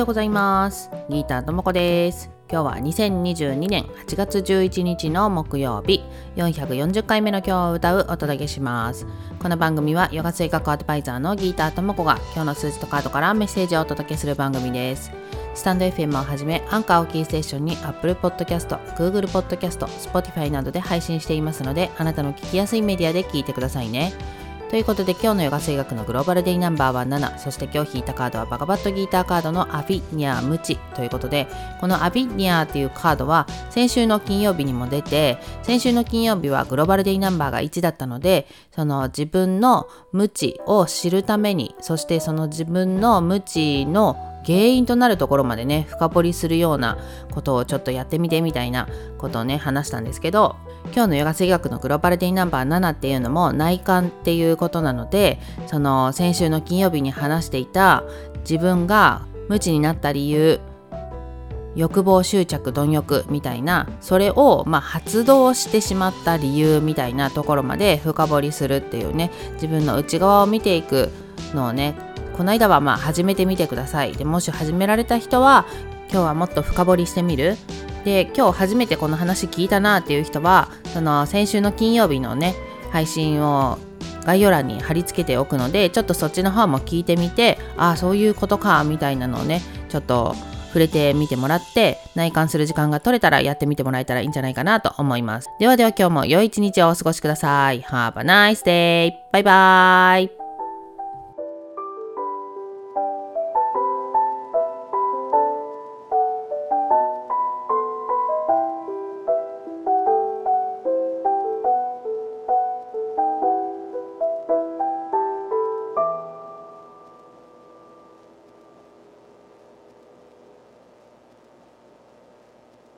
ようございます。ギーターともこです。今日は2022年8月11日の木曜日、440回目の今日を歌うお届けします。この番組はヨガ性格アドバイザーのギーターともこが今日の数字とカードからメッセージをお届けする番組です。スタンド FM をはじめアンカーをキーステーションに Apple Podcast、Google Podcast、Spotify などで配信していますので、あなたの聞きやすいメディアで聞いてくださいね。ということで今日のヨガ数学のグローバルデイナンバーは7、そして今日引いたカードはバガバットギーターカードのアフィニャームチということで、このアフィニャーっていうカードは先週の金曜日にも出て、先週の金曜日はグローバルデイナンバーが1だったので、その自分の無知を知るために、そしてその自分の無知の原因となるところまでね、深掘りするようなことをちょっとやってみてみたいなことをね、話したんですけど、今日のヨガ水学のグローバルデイナンバー7っていうのも内観っていうことなので、その先週の金曜日に話していた自分が無知になった理由、欲望執着貪欲みたいな、それを発動してしまった理由みたいなところまで深掘りするっていうね、自分の内側を見ていくのをね、この間は始めてみてください。でもし始められた人は今日はもっと深掘りしてみる。で、今日初めてこの話聞いたなっていう人は、その先週の金曜日のね配信を概要欄に貼り付けておくので、ちょっとそっちの方も聞いてみて、そういうことかみたいなのをね、ちょっと触れてみてもらって、内観する時間が取れたらやってみてもらえたらいいんじゃないかなと思います。では今日も良い一日をお過ごしください。Have a nice day! バイバイ。